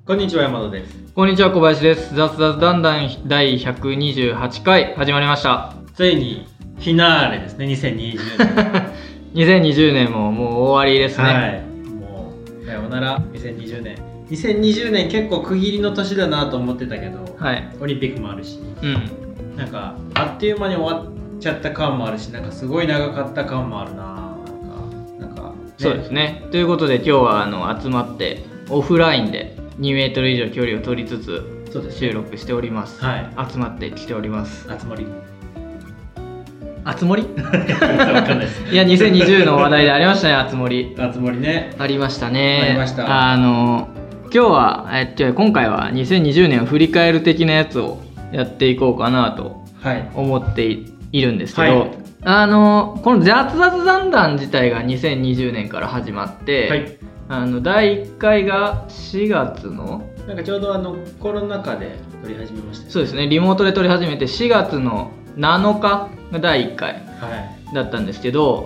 こんにちは、山田です。 こんにちは、小林です。雑談だんだん第128回始まりました。 ついにフィナーレですね、2020年。 2020年ももう終わりですね。 はい。もう、さようなら、2020年。2020年結構区切りの年だなと思ってたけど、 はい。 オリンピックもあるし、 うん。 なんか、あっという間に終わっちゃった感もあるし、なんかすごい長かった感もあるな。なんか、ね、 そうですね。ということで今日は集まってオフラインで2メートル以上距離を取りつつ収録しております。 はい。 集まってきております。 集まり集まりわかんないです。 いや、2020の話題でありましたね、集まり。 集まりね。 ありましたね。 ありました。 今日は、今回は2020年を振り返る的なやつをやっていこうかなと思っているんですけど、はい、この雑談談自体が2020年から始まって、はい、第1回が4月のなんかちょうどコロナ禍で撮り始めました、ね、 そうですね、リモートで撮り始めて4月の7日が第1回だったんですけど、はい、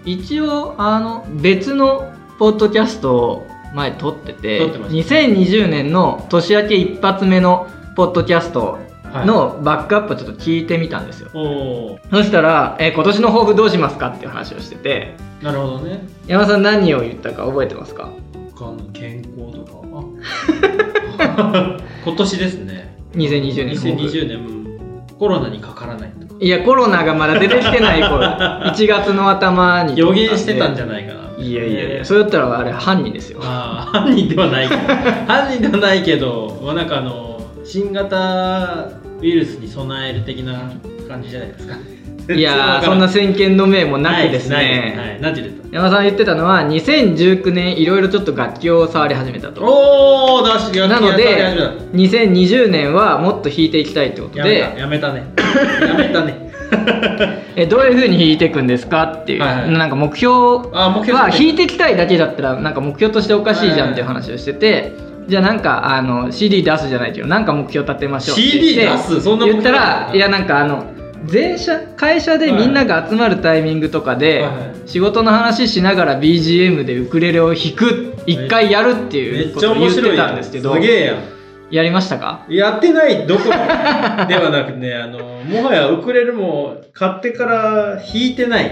一応別のポッドキャストを前撮ってて、2020年の年明け一発目のポッドキャストのバックアップをちょっと聞いてみたんですよ。そしたら、今年の抱負どうしますかっていう話をしてて。 なるほどね。 山田さん何を言ったか覚えてますか？ 健康とか今年ですね。2020年コロナにかからないとか。 いや、コロナがまだ出てきてない頃1月の頭に予言してたんじゃないかな。 いや、そうやったらあれ犯人ですよ。 犯人ではないけど犯人ではないけど、なんか新型ウイルスに備える的な感じじゃないですか。 いやー、そんな先見の明もなくですね。 はい、なんて言ってた？ 山田さん言ってたのは2019年いろいろちょっと楽器を触り始めたと。 おー、楽器なので2020年はもっと弾いていきたいってことで。 やめたねやめたねどういう風に弾いていくんですかっていう、なんか目標は弾いていきたいだけだったらなんか目標としておかしいじゃんっていう話をしてて、じゃあなんかCD 出すじゃないけどなんか目標立てましょうって言って CD 出すそんな言ったら、いやなんか会社でみんなが集まるタイミングとかで仕事の話しながら BGM でウクレレを弾く一回やるっていうことを言ってたんですけど、 すげえやん。 やりましたか？ やってないどころではなくね、もはやウクレレも買ってから弾いてない。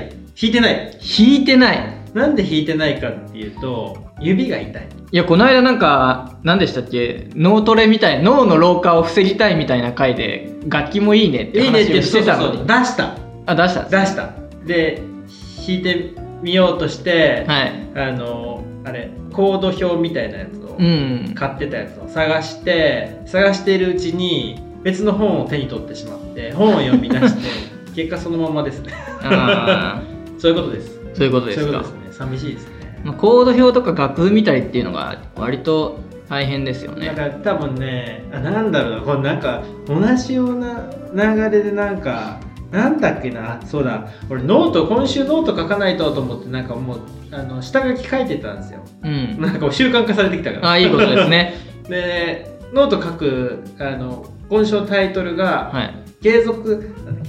なんで弾いてないかっていうと、指が痛い。 いや、この間なんか何でしたっけ、脳トレみたい、脳の老化を防ぎたいみたいな回で楽器もいいねって話をしてたのに。 出したで弾いてみようとして、はい、あれコード表みたいなやつを買ってたやつを探しているうちに別の本を手に取ってしまって本を読み出して結果そのままですねそういうことです。 そういうことですか。 そういうことですね。寂しいですね。 コード表とか楽譜見たりっていうのが割と大変ですよね。 だから多分ね、なんだろうな、これなんか同じような流れでなんだっけな、そうだ、俺今週ノート書かないと思ってなんかもう下書き書いてたんですよ。なんか習慣化されてきたから。 いいことですね。 でノート書く今週のタイトルが、はい、継続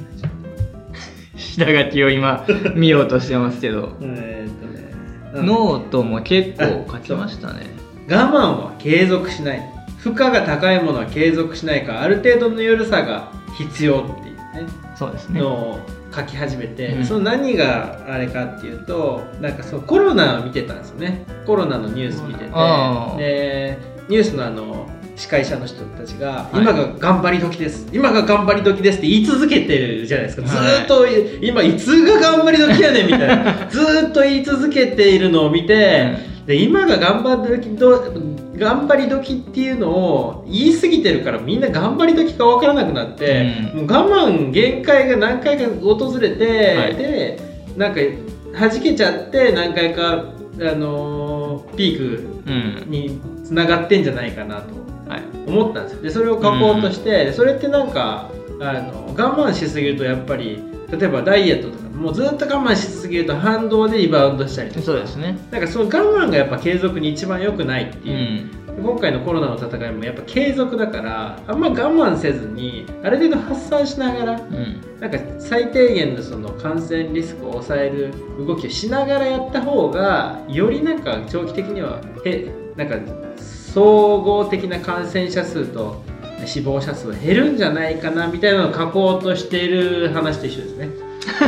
下書きを今見ようとしてますけどノートも結構書きましたね。 我慢は継続しない、負荷が高いものは継続しないから、ある程度の緩さが必要っていうね、 そうですね、 のを書き始めて、その何があれかっていうと、なんかそうコロナを見てたんですよね。コロナのニュース見てて、でニュースの司会者の人たちが、今が頑張り時です、今が頑張り時ですって言い続けてるじゃないですか。ずっと今いつが頑張り時やねんみたいなずっと言い続けているのを見て、で今が頑張り時っていうのを言い過ぎてるからみんな頑張り時か分からなくなって、もう我慢限界が何回か訪れて、でなんか弾けちゃって何回かピークにつながってんじゃないかなと思ったんですよ。でそれを書こうとして、それってなんか我慢しすぎるとやっぱり例えばダイエットとかもうずっと我慢しすぎると反動でリバウンドしたりとか、 そうですね、 なんかその我慢がやっぱ継続に一番良くないっていう、今回のコロナの戦いもやっぱ継続だから、あんま我慢せずにある程度発散しながら、なんか最低限のその感染リスクを抑える動きをしながらやった方がよりなんか長期的にはなんか総合的な感染者数と死亡者数減るんじゃないかなみたいなのを書こうとしている話と一緒ですね。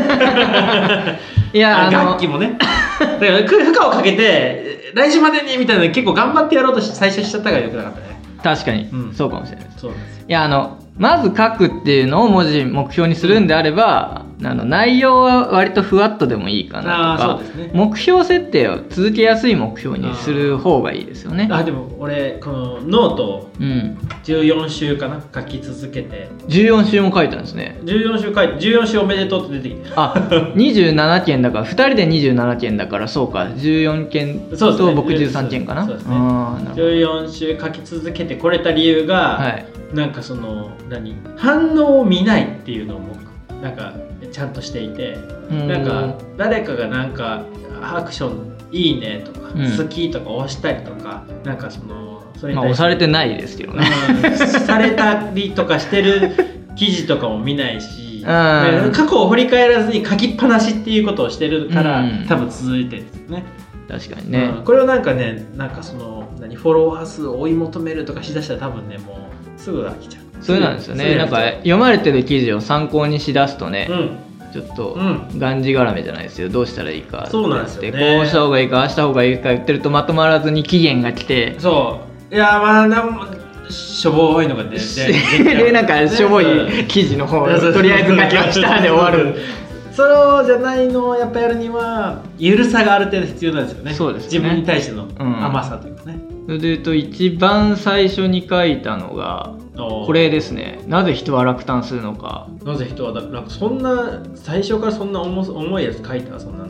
いや楽器もねだから負荷をかけて来週までにみたいなの結構頑張ってやろうと最初しちゃったからよくなかったね。 確かに、そうかもしれないです。 そうなんです。 いやまず書くっていうのを目標にするんであれば、内容は割とふわっとでもいいかなとか、そうですね、目標設定を続けやすい目標にする方がいいですよね。 でも俺このノートを14週かな、書き続けて。 14週も書いたんですね。 14週書いて、14週おめでとうって出てきて、 27件だから2人で27件だから、そうか、14件と僕13件かな。そうですね。 14週書き続けてこれた理由が、なんかその反応を見ないっていうのをなんかちゃんとしていて、なんか誰かがなんかアクションいいねとか、好きとか押したりとか、なんかそれに対して、 押されてないですけどね、 されたりとかしてる記事とかも見ないし、過去を振り返らずに書きっぱなしっていうことをしてるから、多分続いてるんですよね。 確かにね、 これをなんかね、なんかフォロワー数を追い求めるとかしだしたら多分ね、もうすぐ飽きちゃう。 そうなんですよね。なんか読まれてる記事を参考にしだすとね、ちょっとがんじがらめじゃないですよ、どうしたらいいかって、 そうなんですよね、 こうした方がいいかああした方がいいか言ってるとまとまらずに期限が来て、 そういやなんもしょぼいのが出てでなんかしょぼい記事の方とりあえず書きましたで終わる。 そうじゃないのをやっぱやるには緩さがある程度必要なんですよね。そうですね、自分に対しての甘さというかね。 それでいうと一番最初に書いたのがこれですね。なぜ人は落胆するのか。 なぜ人はなんかそんな最初からそんな重いやつ書いた、そんな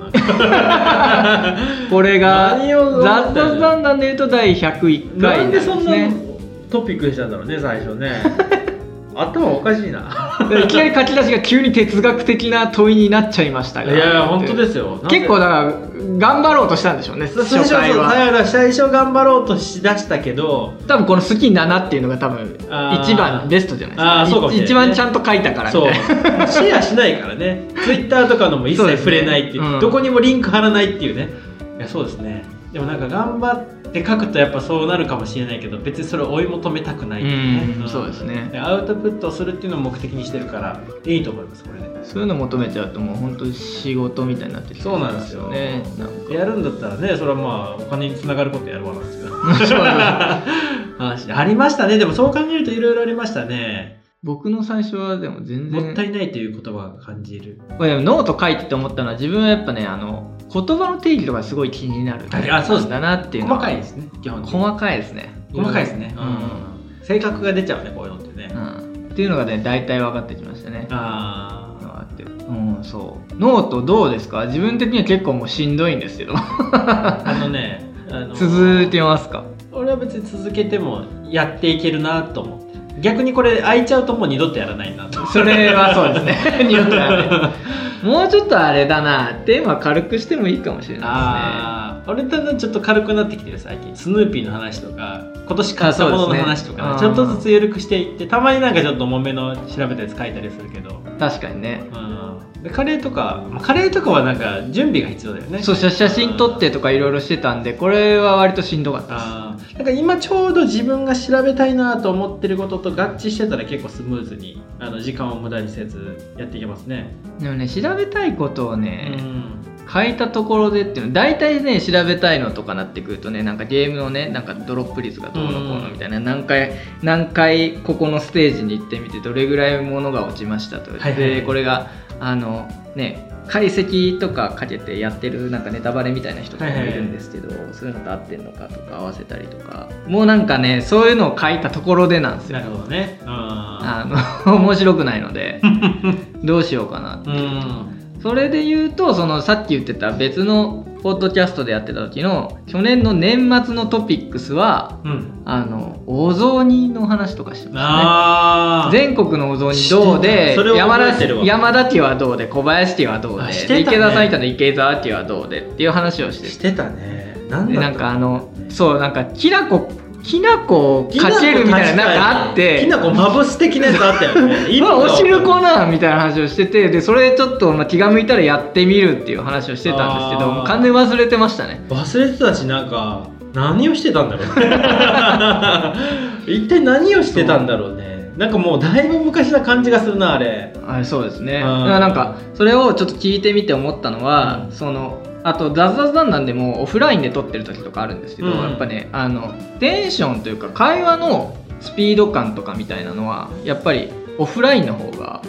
これが雑談談でいうと第101回なんですね。なんでそんなトピックにしたんだろうね、最初ね。頭おかしいな。 いきなり書き出しが急に哲学的な問いになっちゃいましたが、 いや本当ですよ。 結構だから頑張ろうとしたんでしょうね、初回は。 最初頑張ろうとしだしたけど、 多分この好き7っていうのが多分一番ベストじゃないですか。そうかもしれない、一番ちゃんと書いたからみたいな。 シェアしないからね。ツイッターとかのも一切触れないっていう、どこにもリンク貼らないっていうね。いやそうですね。でもなんか頑張って書くとやっぱそうなるかもしれないけど、別にそれを追い求めたくないっていうね。 そうですね。 アウトプットをするっていうのを目的にしてるからいいと思います、これで。 そういうの求めちゃうともう本当に仕事みたいになってきて、 そうなんですよね。やるんだったらね、それはまあお金につながることやるわなんですけど。ありましたね。でもそう考えるといろいろありましたね。 僕の最初はでも全然もったいないという言葉が感じる。 ノート書いてて思ったのは、自分はやっぱね言葉の定義とかすごい気になる。 そうだなっていうのは。 細かいですね。基本的に細かいですね。 細かいですね。性格が出ちゃうね、こういうのってね。 っていうのがね、大体分かってきましたね。そう。ノートどうですか？自分的には結構もうしんどいんですけど。続いてますか？ 俺は別に続けてもやっていけるなと思って。逆にこれ空いちゃうともう二度とやらないなと。 それはそうですね。二度とやらない。もうちょっとあれだな、テーマ軽くしてもいいかもしれないですね。 俺だんちょっと軽くなってきてる最近。スヌーピーの話とか今年買ったものの話とか、ちょっとずつ緩くしていって、たまになんかちょっと重めの調べたやつ書いたりするけど。 確かにね。 でカレーとかはなんか準備が必要だよね。 そう、写真撮ってとかいろいろしてたんで、これは割としんどかったです。 なんか今ちょうど自分が調べたいなと思ってることと合致してたら結構スムーズに時間を無駄にせずやっていけますね。 でもね、調べたいことをね、書いたところでっていうの大体ね、調べたいのとかなってくるとね、なんかゲームのね、なんかドロップ率がどうのこうのみたいな、何回ここのステージに行ってみてどれぐらいものが落ちましたとか、でこれが解析とかかけてやってるなんかネタバレみたいな人とかもいるんですけど、そういうのと合ってんのかとか合わせたりとか、もうなんかね、そういうのを書いたところでなんですよ。 なるほどね。 面白くないのでどうしようかなって。それで言うと、さっき言ってた別のポッドキャストでやってた時の去年の年末のトピックスは、お雑煮の話とかしてましたね。全国のお雑煮どうで、山田家はどうで、小林家はどうで、池田さんいたの池澤家はどうでっていう話をしてたね。 なんかそうなんかきな粉をかけるみたいななんかあって、 きな粉まぶす的なやつあったよね。 お汁粉なんみたいな話をしてて、でそれちょっと気が向いたらやってみるっていう話をしてたんですけど、もう完全に忘れてましたね。 忘れてたし、なん何をしてたんだろう一体何をしてたんだろうね。なんかもうだいぶ昔な感じがするな、あれ。 そうですね。なんかそれをちょっと聞いてみて思ったのは、あとザズザズダンダンでもオフラインで撮ってる時とかあるんですけど、やっぱねテンションというか会話のスピード感とかみたいなのはやっぱりオフラインの方が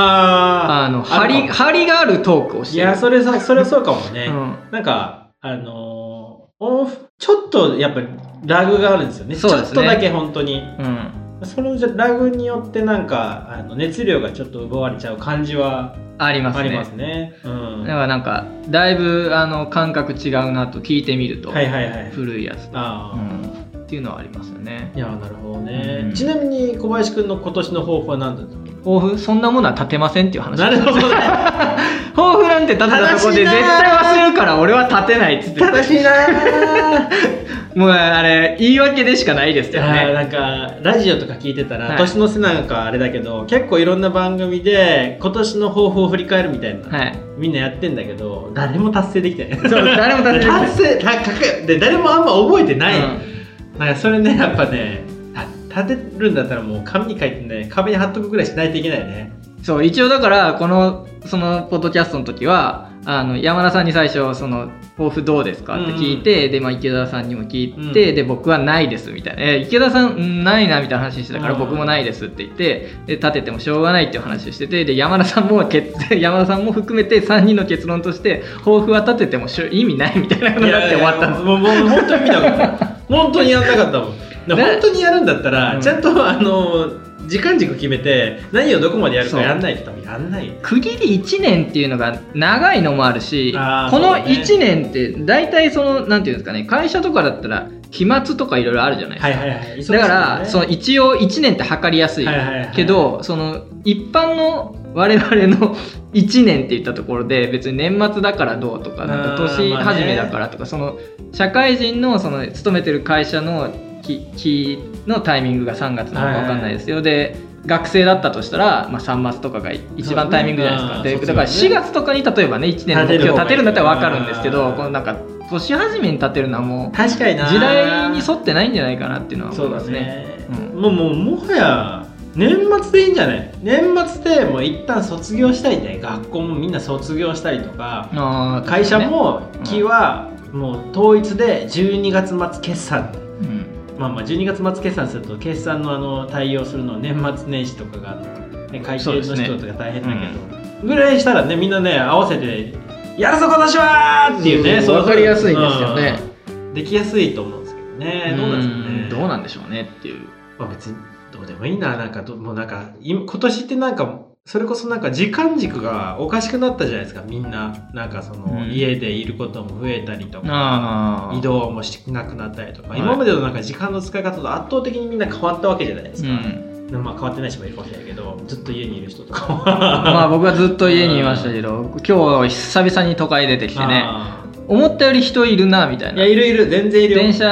張りがあるトークをしてる。 いやそれはそうかもね、なんかちょっとやっぱりラグがあるんですよね。そうですね、ちょっとだけ本当に、そのラグによってなんか熱量がちょっと奪われちゃう感じはありますね。 だからなんかだいぶ感覚違うなと聞いてみると、古いやつと、っていうのはありますよね。 いやなるほどね、ちなみに小林くんの今年の抱負は何だったの？ 抱負そんなものは立てませんっていう話。 なるほどね抱負なんて立てたところで絶対忘れるから俺は立てないっつって。 正しいなもうあれ言い訳でしかないですよね。 なんかラジオとか聞いてたら、年の瀬なんかあれだけど結構いろんな番組で今年の抱負を振り返るみたいな、みんなやってんだけど誰も達成できてない。そう誰も達成で誰もあんま覚えてない、なんかそれねやっぱね立てるんだったらもう紙に書いてね壁に貼っとくぐらいしないといけないね。 そう一応だからそのポッドキャストの時は山田さんに最初その抱負どうですかって聞いて、で池田さんにも聞いて、で僕はないですみたいな、池田さんないなみたいな話してたから、僕もないですって言って、で立ててもしょうがないっていう話をしてて、で山田さんも含めて3人の結論として抱負は立てても意味ないみたいなことになって終わったんです。 もう本当に見なかった本当にやんなかったもん。本当にやるんだったら、ちゃんと時間軸決めて何をどこまでやるかやんないと多分やんない。 区切り1年っていうのが長いのもあるし、この1年って大体なんていうんですかね、会社とかだったら期末とかいろいろあるじゃないですか。だから一応1年って測りやすいけど、一般の我々の1年って言ったところで別に年末だからどうとか、なんか年始めだからとか、社会人の勤めてる会社の期のタイミングが3月なのか分かんないですよ。で学生だったとしたら、3月とかが一番タイミングじゃないですか。だから4月とかに例えばね1年の目標立てるんだったら分かるんですけど、このなんか年始めに立てるのはもう確かにな時代に沿ってないんじゃないかなっていうのは思いますね。 もはや年末でいいんじゃない？年末でもう一旦卒業したいね。学校もみんな卒業したりとか、会社も期はもう統一で12月末決算、12月末決算すると決算の対応するの年末年始とかが会計の人とか大変だけど、ぐらいしたらねみんなね合わせてやるぞ今年はっていうね、 分かりやすいですよね。 できやすいと思うんですけどね。どうなんですかね。 どうなんでしょうねっていう。 別にどうでもいいな。もうなんか今年ってなんかそれこそなんか時間軸がおかしくなったじゃないですか。みんななんか家でいることも増えたりとか、移動もしなくなったりとか、今までのなんか時間の使い方と圧倒的にみんな変わったわけじゃないですか。変わってない人もいるかもしれないけど、ずっと家にいる人とかは僕はずっと家にいましたけど、今日久々に都会出てきてね、思ったより人いるなみたいな。 いる全然いるよ。 電車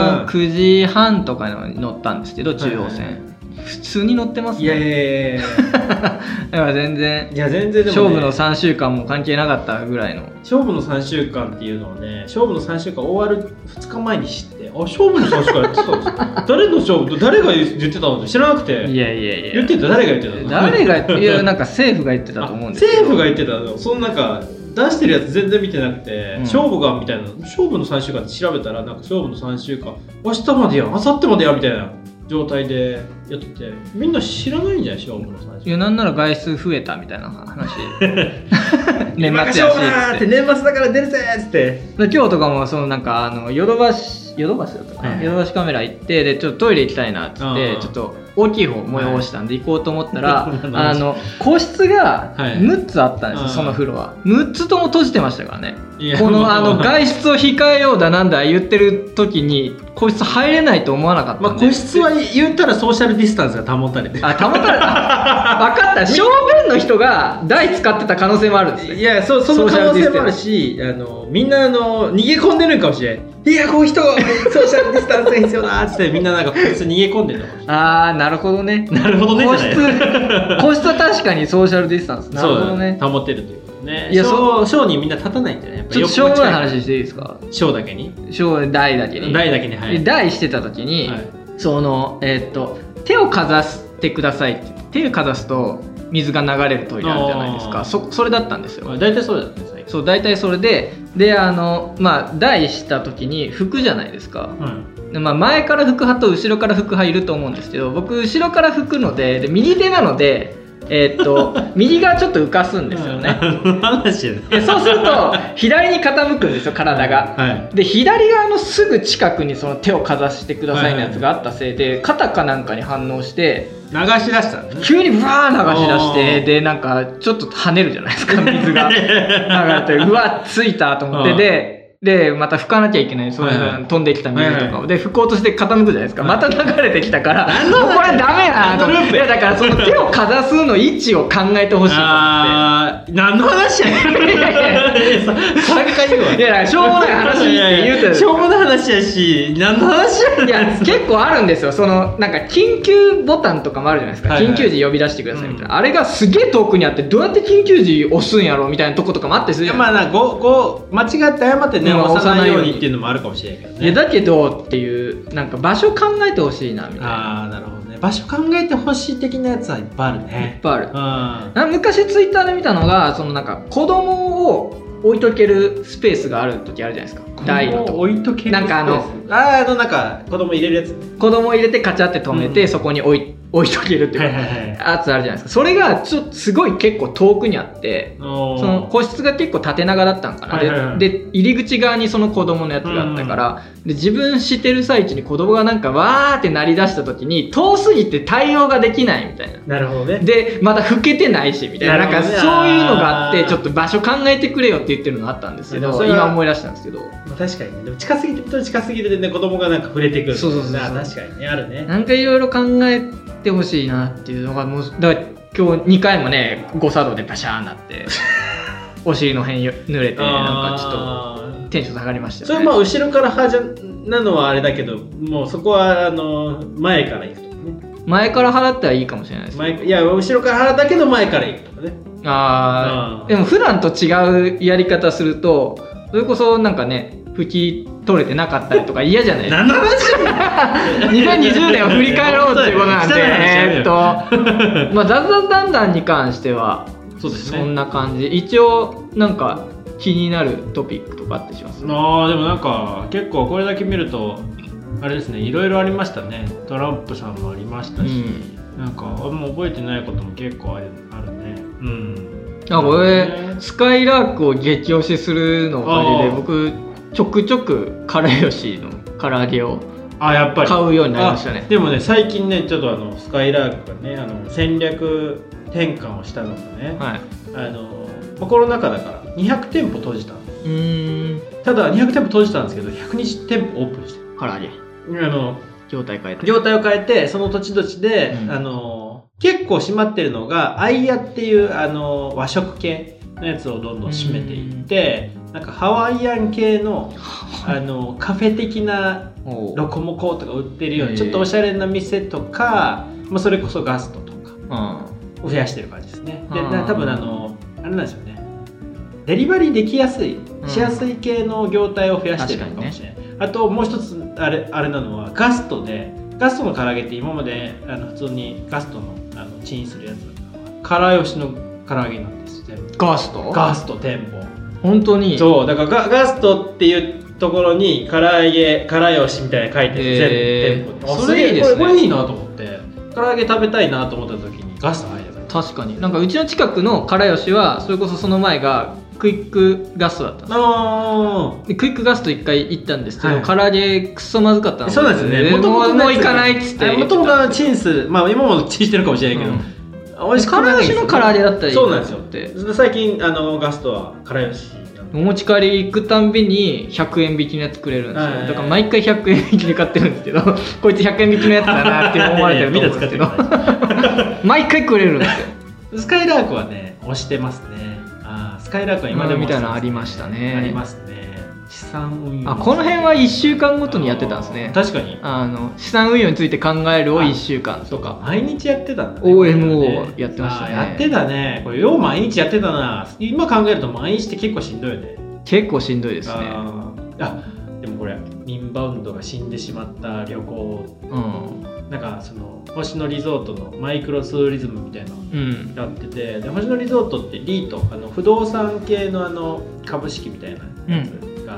9時半とかに乗ったんですけど、中央線、普通に乗ってますね。だから全然でも、ね、勝負の3週間も関係なかったぐらいの。 勝負の3週間っていうのをね、勝負の3週間終わる2日前に知って、勝負の3週間やってたんですよ。誰の勝負、誰が言ってたのって知らなくて。 言ってた、誰が言ってたの？ 誰がなんか政府が言ってたと思うんですけど。 政府が言ってたの。そのなんか出してるやつ全然見てなくて、勝負がみたいな、勝負の3週間って調べたら、なんか勝負の3週間明日までや明後日までやみたいな状態でやってて、みんな知らないんじゃない？勝負の3週間。いや、 なんなら外出増えたみたいな話。年末やしって、年末だから出るぜっつって。 今日とかもなんかヨドバシだったかな、ヨドバシカメラ行って、でちょっとトイレ行きたいなっつって、ちょっと大きい方催したんで行こうと思ったら、個室が6つあったんですよ、そのフロア6つとも閉じてましたからね。この外出を控えようだなんだ言ってる時に個室入れないと思わなかったんで、 個室は言ったらソーシャルディスタンスが保たれてる。 分かった正面の人が台使ってた可能性もあるんですね。 いや、その可能性もあるし、みんな逃げ込んでるかもしれない。いや、こういう人ソーシャルディスタンスが必要だっつってみんななんか個室逃げ込んでるのかもしれない。 なるほどね。 なるほどね。 個室は確かにソーシャルディスタンス。なるほどね。 保ってるという。 ね。いや、ショーにみんな立たないんだよね。やっぱちょっとショーの話していいですか？ ショーだけに？ ショー、台だけに。 台だけに、はい。 台してた時に、はい、手をかざしてくださいって。手をかざすと水が流れるトイレあるじゃないですか。それだったんですよ。 大体そうだったんですね。 そう、大体それで、台した時に拭くじゃないですか。で前から拭く派と後ろから拭く派いると思うんですけど、僕後ろから拭くので、右手なので、右側ちょっと浮かすんですよね。でそうすると左に傾くんですよ、体が。はい、で左側のすぐ近くにその手をかざしてくださいのやつがあったせいで、肩かなんかに反応して流し出したんですね。 急にブワー流し出して、でなんかちょっと跳ねるじゃないですか、水が流れて、うわついたと思って、でまた拭かなきゃいけない、そういう飛んできた水とかを、で拭こうとして傾くじゃないですか、また流れてきたから、もうこれダメやなと思って。いやだからその手をかざすの位置を考えてほしいと思って。 何の話やねん。い3回言うわ。 いやしょうもない話って言うてる。 しょうもない話やし、何の話やねん。 いや結構あるんですよ。そのなんか緊急ボタンとかもあるじゃないですか、緊急時呼び出してくださいみたいな、あれがすげえ遠くにあって、どうやって緊急時押すんやろみたいなとことかもあってするじゃないですか。 間違って謝ってね、押さないようにっていうのもあるかもしれないけどね。 いやだけどっていう、なんか場所考えてほしいなみたいな。 ああ、なるほどね。場所考えてほしい的なやつはいっぱいあるね。 いっぱいある。昔ツイッターで見たのが、そのなんか子供を置いとけるスペースがある時あるじゃないですか。台のとこ置いとけるなんかなんか子供入れるやつ。 子供入れてカチャって止めて、そこに置いとけるっていうやつあるじゃないですか。それがちょっとすごい結構遠くにあって、その個室が結構縦長だったのかな。で入り口側にその子供のやつがあったから、で自分してる最中に子供がなんかわーって鳴り出した時に遠すぎて対応ができないみたいな。 なるほどね。 でまだ老けてないしみたいな、なんかそういうのがあって、ちょっと場所考えてくれよって言ってるのがあったんですけど、今思い出したんですけど。 確かにね。でも近すぎるでね、子供がなんか触れてくる。 そう確かにね、あるね。 なんかいろいろ考えてほしいなっていうのが、もうだから今日2回もね、誤作動でバシャーンなってお尻の辺濡れて、なんかちょっとテンション下がりましたよね。 それ後ろから派なのはあれだけど、もうそこは前から行くとかね。 前から払ったらいいかもしれないですね。 いや後ろから払ったけど前から行くとかね。 でも普段と違うやり方すると、それこそなんかね、拭き取れてなかったりとか嫌じゃないですか。 何の話 2020年を振り返ろうっていうことなんで、ダンダンに関してはそうですね、そんな感じ。一応なんか気になるトピックとかあってします？ でもなんか結構これだけ見るとあれですね、いろいろありましたね。トランプさんもありましたし、なんかもう覚えてないことも結構あるね。 俺スカイラークを激推しするのおかげで、僕ちょくちょくからよしの唐揚げをやっぱり買うようになりましたね。 でもね、最近ね、ちょっとスカイラークがね、戦略転換をしたのがね、コロナ禍だから200店舗閉じたの。ただ200店舗閉じたんですけど、120店舗オープンして唐揚げ業態変えて、その土地土地で、結構閉まってるのがアイヤっていう和食系のやつをどんどん閉めていって、なんかハワイアン系のカフェ的なロコモコとか売ってるようなちょっとおしゃれな店とか、それこそガストとかを増やしてる感じですね。で多分あれなんですよね、デリバリーできやすいしやすい系の業態を増やしてるのかもしれない。あともう一つあれなのはガストの唐揚げって今まで普通にガストのチンするやつからよしの唐揚げなんです。 ガスト店舗本当にそうだからガストっていうところに唐揚げ唐よしみたいな書いてる、全部店舗。それいいですね。これいいなと思って、唐揚げ食べたいなと思った時にガスト入れば。 確かになんかうちの近くの唐よしはそれこそその前がクイックガストだったんですでクイックガスト1回行ったんですけど、唐揚げくっそまずかったので、 そうなんですね。 もう行かないっつって。 もともとチンす今もチンしてるかもしれないけど、美味しくないんですよ。唐揚げだったらいいそうなんですよって。 最近ガストは唐よしお持ち帰り行くたんびに100円引きのやつくれるんですよ。だから毎回100円引きで買ってるんですけど、こいつ100円引きのやつだなって思われてると思うんですけど毎回くれるんですよ。 スカイラークはね推してますね。スカイラークは今でもみたいなのありましたね。 ありますね。 資産運用。 この辺は1週間ごとにやってたんですね。 確かに資産運用について考えるを1週間とか。 毎日やってたんだね。 OMO やってましたね。 やってたね。これよう毎日やってたな。今考えると毎日って結構しんどいよね。 結構しんどいですね。 でもこれインバウンドが死んでしまった旅行、なんかその星野リゾートのマイクロツーリズムみたいなのやってて、で星野リゾートってリート不動産系の株式みたいなやつがあって、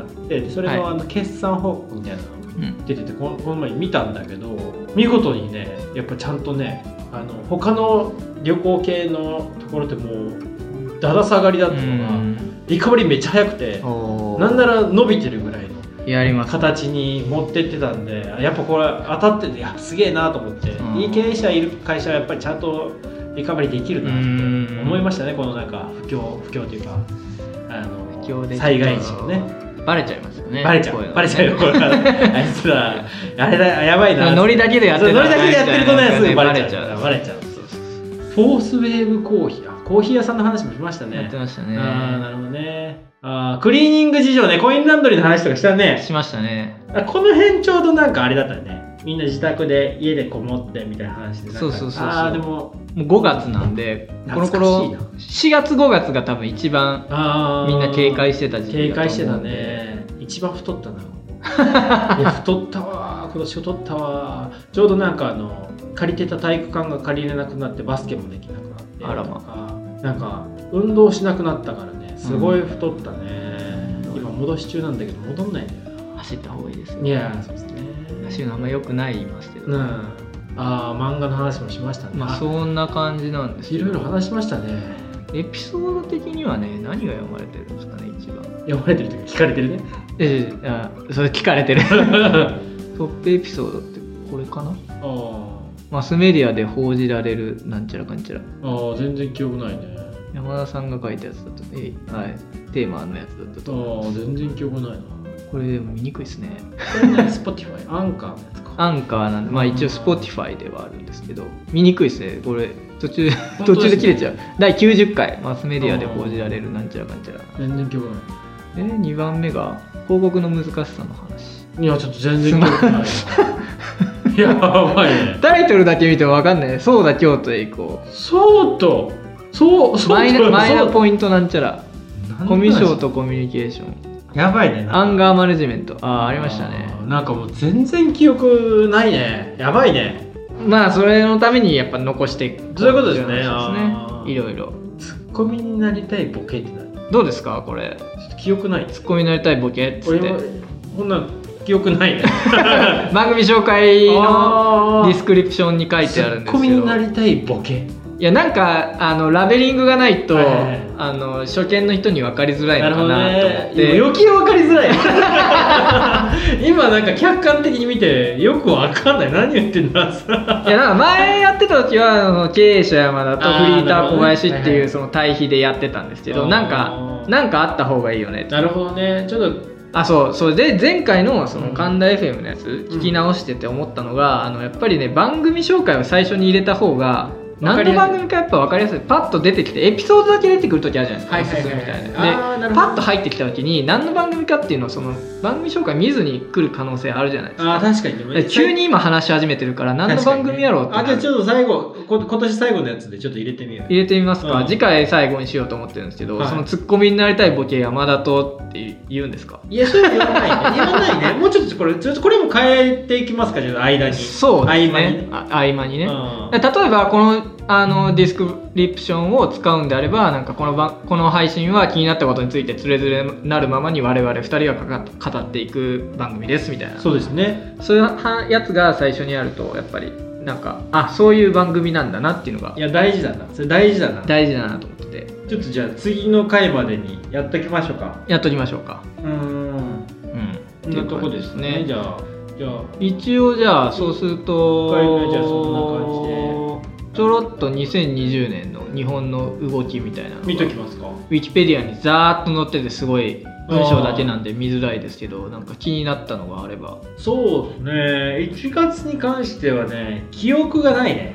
それの決算報告みたいなの出てて、この前見たんだけど、見事にねやっぱちゃんとね他の旅行系のところってもうだだ下がりだったのが、リカバリーめっちゃ早くて、なんなら伸びてるぐらいの形に持ってってたんで、やっぱこれ当たっててすげえなと思って、いい経営者いる会社はやっぱりちゃんとリカバリーできるなって思いましたね。このなんか不況というか災害時のねバレちゃいますよね。 バレちゃうよあいつらあれだやばいな、 ノリだけでやってるとねすぐバレちゃう。フォースウェーブコーヒー、コーヒー屋さんの話もしましたね。 やってましたね。 なるほどね。クリーニング事情ね、コインランドリーの話とかしたね。 しましたね。 この辺ちょうどなんかあれだったね。みんな自宅で家でこもってみたいな話で、 そう。 でも 5月なんで、この頃4月5月が多分一番みんな警戒してた時期だと思うんで。警戒してたね。一番太ったな。いや太ったわ、今年太ったわ。ちょうどなんか借りてた体育館が借りれなくなってバスケもできなくなって、なんか運動しなくなったからね、すごい太ったね。今戻し中なんだけど戻んないんだよな。 走った方がいいですね。 いやそうですね。 走るのあんま良くない言いますけど。 漫画の話もしましたね。 そんな感じなんですけど。 いろいろ話しましたね。 エピソード的にはね、何が読まれてるんですかね、一番。 読まれてるというか聞かれてるね。 それ聞かれてる。トップエピソードってこれかな。マスメディアで報じられるなんちゃらかんちゃら。 全然記憶ないね。 山田さんが書いたやつだと、テーマのやつだったと。 全然記憶ないな。 これでも見にくいですね。 これね、Spotify、アンカーのやつか。 アンカーなんで、一応 Spotify ではあるんですけど、見にくいですね。これ途中で切れちゃう。第90回マスメディアで報じられるなんちゃらかんちゃら。 全然記憶ない。 2番目が広告の難しさの話。 いや、ちょっと全然記憶ない。やばいね。 タイトルだけ見ても分かんない。そうだ京都へ行こう。 そうマイナポイントなんちゃら。コミュ障とコミュニケーション。 やばいね。 アンガーマネジメント。ありましたね。 なんかもう全然記憶ないね。やばいね。 それのためにやっぱ残していく。 そういうことですね。 いろいろ。 ツッコミになりたいボケって何？ どうですかこれ。 ちょっと記憶ない。 ツッコミになりたいボケっつって。 こんな記憶ないね。 番組紹介のディスクリプションに書いてあるんですけど。ツッコミになりたいボケ。 いやなんかラベリングがないと、初見の人に分かりづらいのかなと思って、 余計分かりづらい。今なんか客観的に見てよく分かんない、何言ってんだ。いやなんか前やってた時は経営者山田とフリーター小林っていうその対比でやってたんですけど、なんかあった方がいいよねって。 なるほどね。ちょっとそうで前回のその神田 FM のやつ聞き直してて思ったのが、やっぱりね番組紹介を最初に入れた方が何の番組かやっぱ分かりやすい。パッと出てきてエピソードだけ出てくる時あるじゃないですか、おすすめみたいな。でパッと入ってきた時に何の番組かっていうのをその番組紹介見ずに来る可能性あるじゃないですか。 確かに。 急に今話し始めてるから何の番組やろうって。 じゃあちょっと最後今年最後のやつでちょっと入れてみよう。 入れてみますか。次回最後にしようと思ってるんですけど、そのツッコミになりたいボケ山田とって言うんですか。 いやそれ言わないね。言わないね。もうちょっとこれも変えていきますか。じゃあ間に。 そうですね。合間にね。例えばこのディスクリプションを使うんであれば、なんかこの配信は気になったことについてつれづれなるままに我々2人が語っていく番組ですみたいな。 そうですね。 そういうやつが最初にあるとやっぱりなんかそういう番組なんだなっていうのが。 いや大事だな。それ大事だなと思ってて。 ちょっとじゃあ次の回までにやっときましょうか。 やっときましょうか。 っていうとこですね。じゃあ一応じゃあそうするとじゃあそんな感じで。 ちょろっと2020年の日本の動きみたいなのが見ときますか。 ウィキペディアにざーっと載っててすごい文章だけなんで見づらいですけど、なんか気になったのがあれば。 そうですね。1月に関してはね記憶がないね。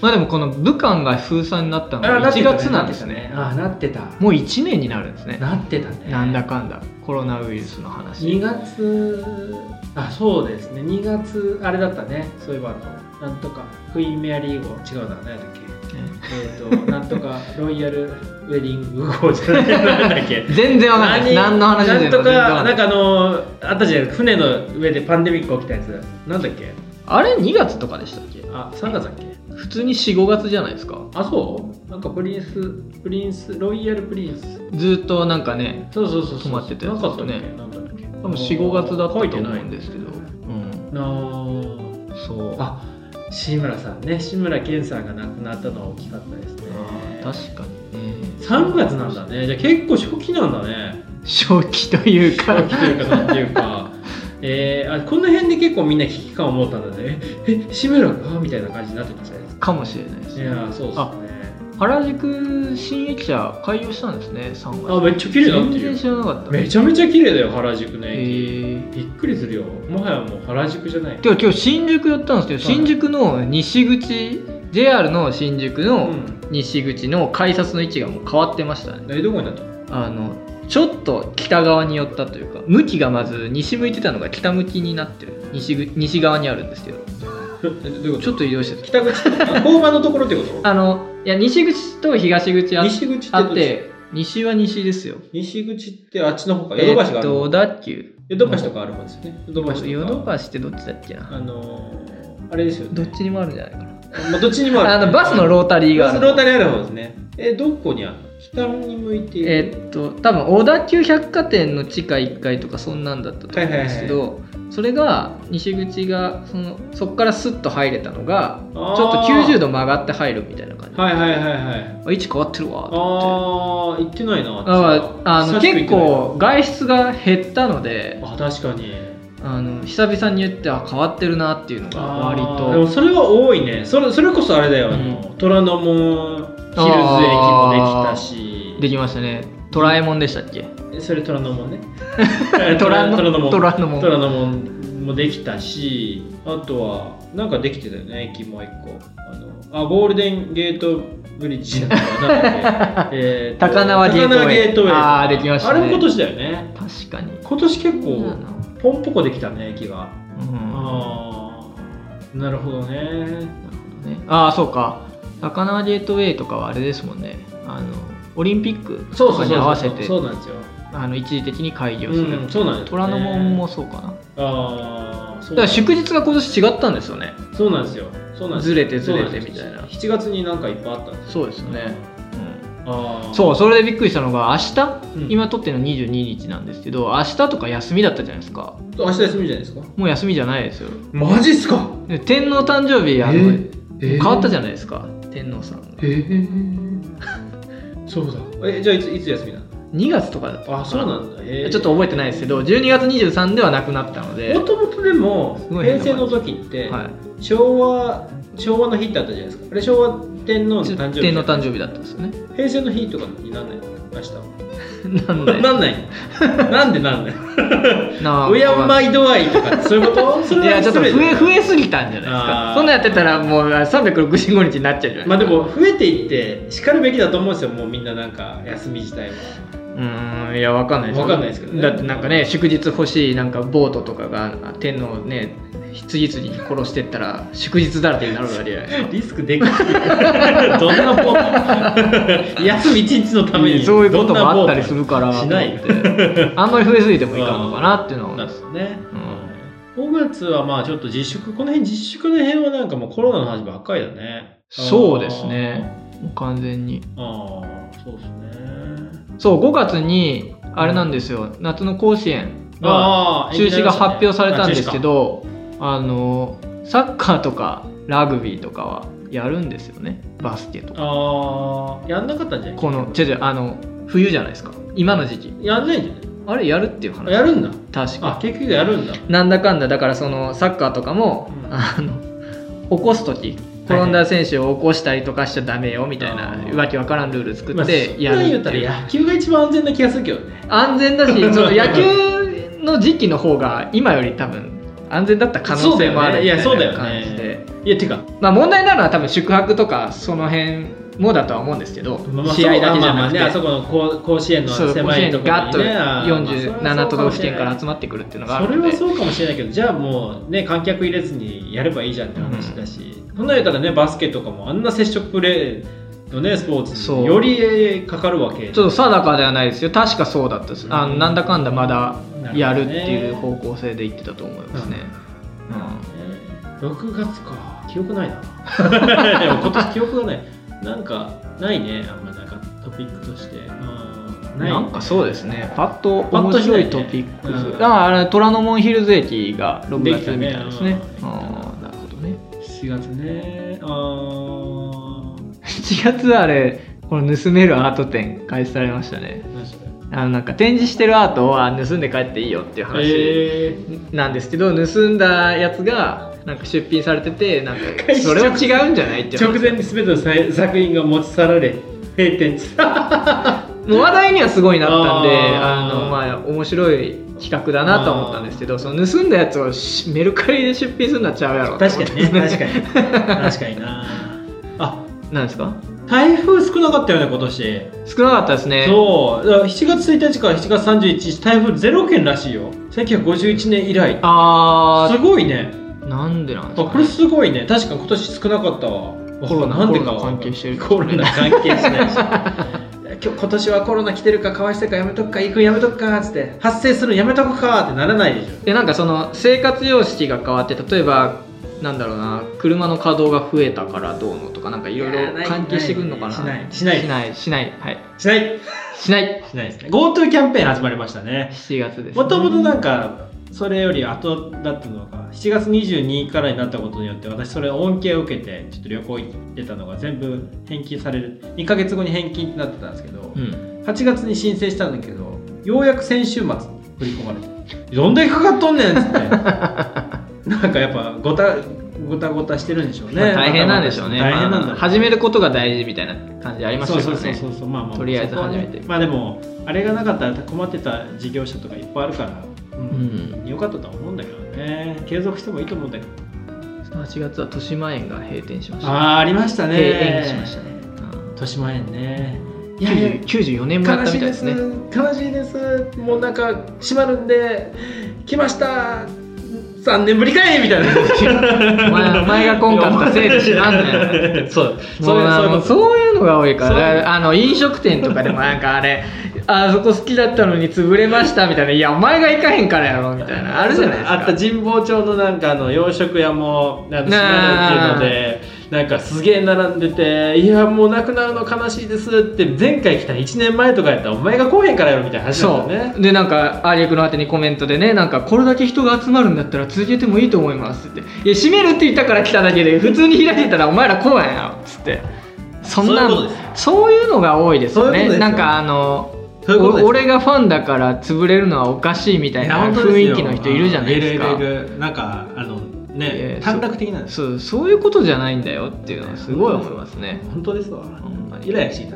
まあでもこの武漢が封鎖になったのが1月なんですね。 なってた。 もう1年になるんですね。 なってたね。 なんだかんだコロナウイルスの話。 2月そうですね。2月あれだったね。そういえばなんとかクイーンメアリー号違うな、何だっけ、なんとかロイヤルウェディング号じゃないなんだっけ全然わかんない。何の話でなんとかなんかあったじゃん、船の上でパンデミック起きたやつなんだっけ。 あれ2月とかでしたっけ。 3月だっけ。 普通に 4,5 月じゃないですか。 そうなんかプリンスロイヤルプリンスずっとなんかね、 そう止まってたやつですよね。 なんだっけ、 多分 4,5 月だったと思うんですけど。 そう志村さんね、志村けんさんが亡くなったのは大きかったですね。 確かにね。 3月なんだね。じゃあ結構初期なんだね。 初期というかなんていうかこの辺で結構みんな危機感を持ったんだね。志村がみたいな感じになってましたね。 かもしれないですね。 いやそうですね。 原宿新駅舎開業したんですね、3月。 めっちゃ綺麗だっていう。 全然知らなかった。 めちゃめちゃ綺麗だよ原宿の駅。びっくりするよ。もはやもう原宿じゃない。 今日新宿寄ったんですけど、新宿の西口 JR の新宿の西口の改札の位置がもう変わってましたね。 どこになったの？ ちょっと北側に寄ったというか、向きがまず西向いてたのが北向きになってる。西側にあるんですけどちょっと移動してた。 北口交番のところってこと？ いや西口と東口あって、西は西ですよ。 西口ってあっちの方か。ヨドバシがある。 小田急。 ヨドバシとかある方ですよね。ヨドバシってどっちだっけな。 あれですよね。 どっちにもあるんじゃないかな。 どっちにもある。 バスのロータリーがある。 ロータリーある方ですね。どこにある？北に向いている。 多分小田急百貨店の地下1階とかそんなんだったと思うんですけど、それが西口がそこからスッと入れたのがちょっと90度曲がって入るみたいな感じ。位置変わってるわと思って。 行ってないな。 結構外出が減ったので。 確かに久々に言って変わってるなっていうのが割と。 でもそれは多いね。それこそあれだよ、虎ノ門ヒルズ駅もできたし。 できましたね。トラえもんでしたっけ。 それ虎ノ門ね。 虎ノ門もできたし、あとはなんかできてたよね、駅もう一個。ゴールデンゲートブリッジ高輪ゲートウェイ。できましたね。 あれも今年だよね。 確かに今年結構ポンポコできたね、駅が。なるほどね。 そうか。高輪ゲートウェイとかはあれですもんね。オリンピックとかに合わせてそうなんですよ。 一時的に開業する。 そうなんです。 虎ノ門もそうかな。 だから祝日が今年違ったんですよね。 そうなんですよ。ずれてみたいな。7月になんかいっぱいあったんです。 そうですね。それでびっくりしたのが明日、今撮ってるの22日なんですけど、明日とか休みだったじゃないですか。 明日休みじゃないですか。 もう休みじゃないですよ。 マジっすか。 天皇誕生日変わったじゃないですか、天皇さんが。 そうだ。じゃあいつ休みなの ？2月とかだった。 そうなんだ。 ちょっと覚えてないですけど、12月23ではなくなったので。 もともとでも平成の時って昭和の日ってあったじゃないですか。あれ昭和天皇の誕生日。 天皇誕生日だったんですよね。 平成の日とかになんないの？明日は。 なんない。 なんでなんない。敬い度合いとかそういうこと？ いやちょっと増えすぎたんじゃないですか。そんなやってたらもう365日になっちゃうじゃないですか。 でも増えていってしかるべきだと思うんですよ。もうみんななんか休み自体は。 いやわかんないです。 わかんないですけどね。 だってなんかね、祝日欲しいなんかボートとかが天皇ね次々に殺してったら祝日だらけになるわけじゃないですか。 リスクでかい。どんなボート休み1日のためにそういうこともあったりするからしない。 あんまり増えすぎてもいかんのかなっていうのは。 なるほどね。5月はちょっと自粛、この辺自粛の辺はなんかもうコロナの話ばっかりだね。 そうですね。もう完全に。 そうですね。 そう5月にあれなんですよ、夏の甲子園が中止が発表されたんですけど、サッカーとかラグビーとかはやるんですよね。バスケとかやんなかったんじゃない？ 冬じゃないですか、今の時期やんないんじゃない？ あれやるっていう話。 やるんだ。 確か。 結局やるんだ。 なんだかんだ。だからそのサッカーとかも、起こす時転んだ選手を起こしたりとかしちゃダメよみたいなわけわからんルール作ってやるっていう。 言ったら野球が一番安全な気がするけどね。 安全だし、その野球の時期の方が今より多分安全だった可能性もあるみたいな感じで。 いやてか、 まあ問題なのは多分宿泊とかその辺もだとは思うんですけど、試合だけじゃなくて、 あそこの甲子園の狭いところにね、 ガッと47都道府県から集まってくるっていうのがあるので、 それはそうかもしれないけど、じゃあもうね観客入れずにやればいいじゃんって話だし、そんな言ったらねバスケとかもあんな接触プレーのねスポーツによりかかるわけ。 ちょっと定かではないですよ。確かそうだったです。なんだかんだまだやるっていう方向性で言ってたと思いますね。 6月か、記憶ないな。でも今年記憶がない。なんかないね、あんまなんかトピックとして。 なんかそうですね、パッと面白いトピックス、あれ虎ノ門ヒルズ駅が6月みたいですね。なるほどね。 7月ね。 7月あれ、この盗めるアート展開始されましたね。なんか展示してるアートを盗んで帰っていいよっていう話なんですけど、盗んだやつがなんか出品されてて、なんかそれは違うんじゃないって直前に全ての作品が持ち去られ閉店。 もう話題にはすごいなったんで、まあ面白い企画だなと思ったんですけど、その盗んだやつをメルカリで出品するのはちゃうやろ。 確かにね、確かにな。あ、 なんですか？ 台風少なかったよね今年。 少なかったですね。 そう、だから7月1日から7月31日台風0件らしいよ。1951年以来。すごいね。 なんでなんですか、ね、 これすごいね。確か今年少なかったわ。 コロナ関係してる。 コロナ関係しないし。今年はコロナ来てるか、かわいそうか、やめとくか、行くやめとくかっつって発生するやめとくかってならないでしょ。 でなんかその生活様式が変わって、例えばなんだろうな、車の稼働が増えたからどうのとか、なんかいろいろ関係してくるのかな。しないはいしないしないですね。 GoTo キャンペーン始まりましたね。 7月です、ね。 もともとなんかそれより後だったのが7月22日からになったことによって、私それ恩恵を受けてちょっと旅行行ってたのが全部返金される、2ヶ月後に返金ってなってたんですけど、8月に申請したんだけど、ようやく先週末振り込まれて、どんだけかかっとんねんっつってなんかやっぱごたごたしてるんでしょうね。 大変なんでしょうね。 大変なんだ、 始めることが大事みたいな感じありますよね。 そう、まあとりあえず始めて、 まあでもあれがなかったら困ってた事業者とかいっぱいあるから、よかったとは思うんだけどね。継続してもいいと思うんだけど。 8月は豊島園が閉店しました。 ありましたね。 閉園しましたね。 豊島園ね。 94年前だったみたいですね。 悲しいです。もうなんか閉まるんで来ました。3年ぶりかいみたいな。 お前が今回ったせいで知らんねん。そういうのが多いから、飲食店とかでもなんかあそこ好きだったのに潰れましたみたいな、いやお前が行かへんからやろみたいなあるじゃないですか。 あった神保町のなんか洋食屋も閉まるっていうので、なんかすげえ並んでて、いやもうなくなるの悲しいですって前回来た1年前とかやったらお前が来へんからやろみたいな話だったよね。 でなんかアリエクの果てにコメントでね、なんかこれだけ人が集まるんだったら続けてもいいと思いますって、いや閉めるって言ったから来ただけで普通に開いてたらお前ら来ないやろっつって、そういうのが多いですよね。なんか俺がファンだから潰れるのはおかしいみたいな雰囲気の人いるじゃないですか。 なんかね、短絡的なんです。 そういうことじゃないんだよっていうのはすごい思いますね。 本当ですわ。イライラしていた。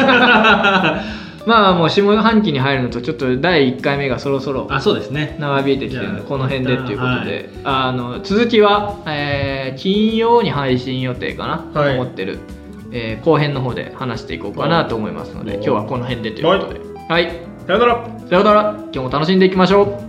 まあもう下半期に入るのとちょっと第1回目がそろそろそうですね、 長引いてきてるのでこの辺でっていうことで、続きは、金曜に配信予定かな、思ってる、後編の方で話していこうかなと思いますので、今日はこの辺でということで、はい、 さよなら。 今日も楽しんでいきましょう。